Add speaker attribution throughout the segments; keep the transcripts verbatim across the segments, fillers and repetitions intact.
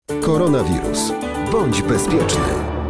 Speaker 1: Koronawirus. Bądź bezpieczny.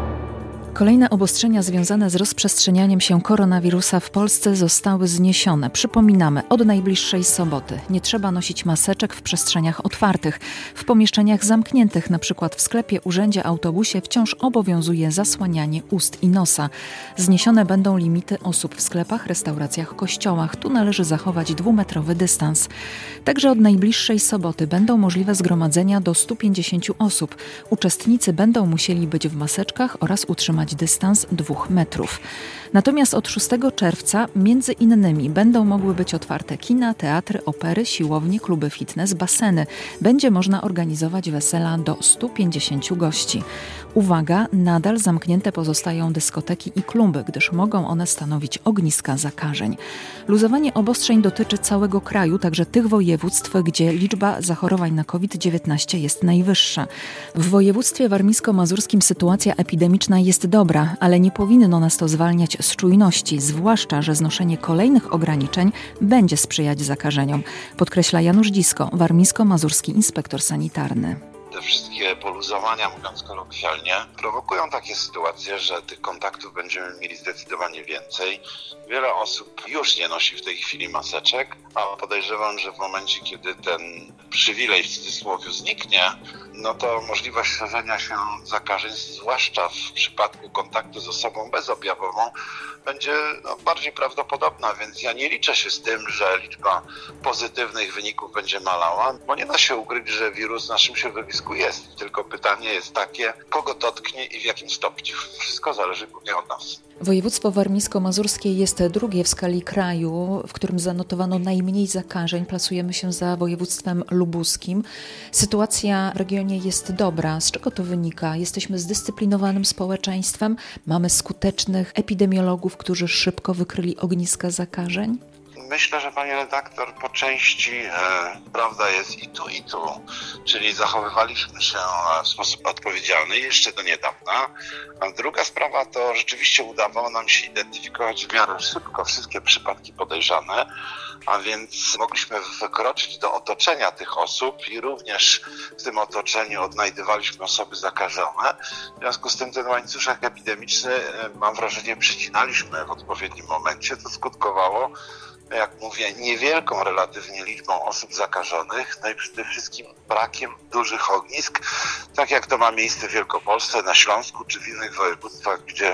Speaker 2: Kolejne obostrzenia związane z rozprzestrzenianiem się koronawirusa w Polsce zostały zniesione. Przypominamy, od najbliższej soboty nie trzeba nosić maseczek w przestrzeniach otwartych. W pomieszczeniach zamkniętych, np. w sklepie, urzędzie, autobusie, wciąż obowiązuje zasłanianie ust i nosa. Zniesione będą limity osób w sklepach, restauracjach, kościołach. Tu należy zachować dwumetrowy dystans. Także od najbliższej soboty będą możliwe zgromadzenia do stu pięćdziesięciu osób. Uczestnicy będą musieli być w maseczkach oraz utrzymać dystans dwóch metrów. Natomiast od szóstego czerwca między innymi będą mogły być otwarte kina, teatry, opery, siłownie, kluby fitness, baseny. Będzie można organizować wesela do stu pięćdziesięciu gości. Uwaga, nadal zamknięte pozostają dyskoteki i kluby, gdyż mogą one stanowić ogniska zakażeń. Luzowanie obostrzeń dotyczy całego kraju, także tych województw, gdzie liczba zachorowań na kowid dziewiętnaście jest najwyższa. W województwie warmińsko-mazurskim sytuacja epidemiczna jest dobra, ale nie powinno nas to zwalniać z czujności, zwłaszcza że znoszenie kolejnych ograniczeń będzie sprzyjać zakażeniom, podkreśla Janusz Dzisko, warmińsko-mazurski inspektor sanitarny.
Speaker 3: Te wszystkie poluzowania, mówiąc kolokwialnie, prowokują takie sytuacje, że tych kontaktów będziemy mieli zdecydowanie więcej. Wiele osób już nie nosi w tej chwili maseczek, a podejrzewam, że w momencie, kiedy ten przywilej w cudzysłowie zniknie, no to możliwość szerzenia się zakażeń, zwłaszcza w przypadku kontaktu z osobą bezobjawową, będzie no, bardziej prawdopodobna, więc ja nie liczę się z tym, że liczba pozytywnych wyników będzie malała, bo nie da się ukryć, że wirus w naszym środowisku jest. Tylko pytanie jest takie, kogo dotknie i w jakim stopniu. Wszystko zależy głównie od nas.
Speaker 2: Województwo warmińsko-mazurskie jest drugie w skali kraju, w którym zanotowano najmniej zakażeń. Plasujemy się za województwem lubuskim. Sytuacja w regionie jest dobra. Z czego to wynika? Jesteśmy zdyscyplinowanym społeczeństwem, mamy skutecznych epidemiologów, którzy szybko wykryli ogniska zakażeń?
Speaker 3: Myślę, że pani redaktor, po części e, prawda jest i tu, i tu. Czyli zachowywaliśmy się w sposób odpowiedzialny jeszcze do niedawna. A druga sprawa to rzeczywiście udawało nam się identyfikować w miarę szybko wszystkie przypadki podejrzane, a więc mogliśmy wykroczyć do otoczenia tych osób i również w tym otoczeniu odnajdywaliśmy osoby zakażone. W związku z tym ten łańcuszek epidemiczny, mam wrażenie, przycinaliśmy w odpowiednim momencie, co skutkowało, jak mówię, niewielką relatywnie liczbą osób zakażonych, no i przede wszystkim brakiem dużych ognisk, tak jak to ma miejsce w Wielkopolsce, na Śląsku czy w innych województwach, gdzie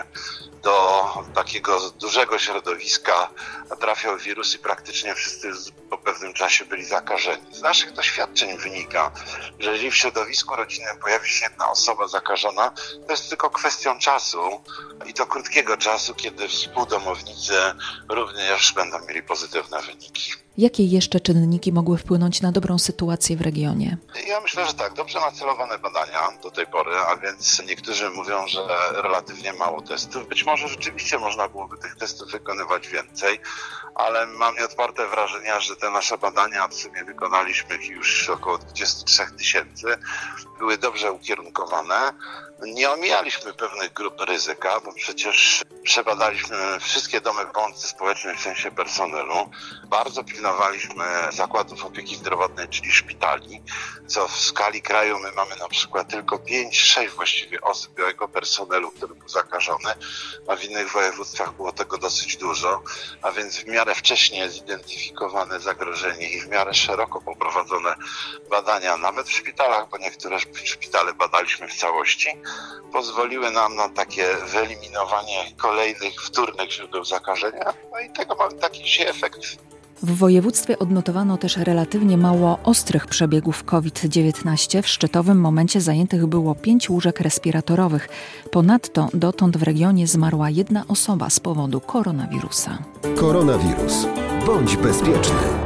Speaker 3: do takiego dużego środowiska trafiał wirus i praktycznie wszyscy po pewnym czasie byli zakażeni. Z naszych doświadczeń wynika, że jeżeli w środowisku rodzinnym pojawi się jedna osoba zakażona, to jest tylko kwestią czasu i to krótkiego czasu, kiedy współdomownicy również będą mieli pozytywne wyniki.
Speaker 2: Jakie jeszcze czynniki mogły wpłynąć na dobrą sytuację w regionie?
Speaker 3: Ja myślę, że tak, dobrze nacelowane badania do tej pory, a więc niektórzy mówią, że relatywnie mało testów. Być może rzeczywiście można byłoby tych testów wykonywać więcej, ale mam nieodparte wrażenia, że te nasze badania, w sumie wykonaliśmy ich już około dwadzieścia trzy tysięcy, były dobrze ukierunkowane. Nie omijaliśmy pewnych grup ryzyka, bo przecież przebadaliśmy wszystkie domy pomocy społecznej w sensie personelu. Bardzo pilnowaliśmy zakładów opieki zdrowotnej, czyli szpitali, co w skali kraju my mamy na przykład tylko pięć sześć właściwie osób białego personelu, który był zakażony, a w innych województwach było tego dosyć dużo, a więc w miarę wcześnie zidentyfikowane zagrożenie i w miarę szeroko poprowadzone badania, nawet w szpitalach, bo niektóre szpitale badaliśmy w całości, pozwoliły nam na takie wyeliminowanie kolejnych wtórnych źródeł zakażenia, no i tego mamy taki się efekt.
Speaker 2: W województwie odnotowano też relatywnie mało ostrych przebiegów kowid dziewiętnaście. W szczytowym momencie zajętych było pięć łóżek respiratorowych. Ponadto dotąd w regionie zmarła jedna osoba z powodu koronawirusa.
Speaker 1: Koronawirus. Bądź bezpieczny.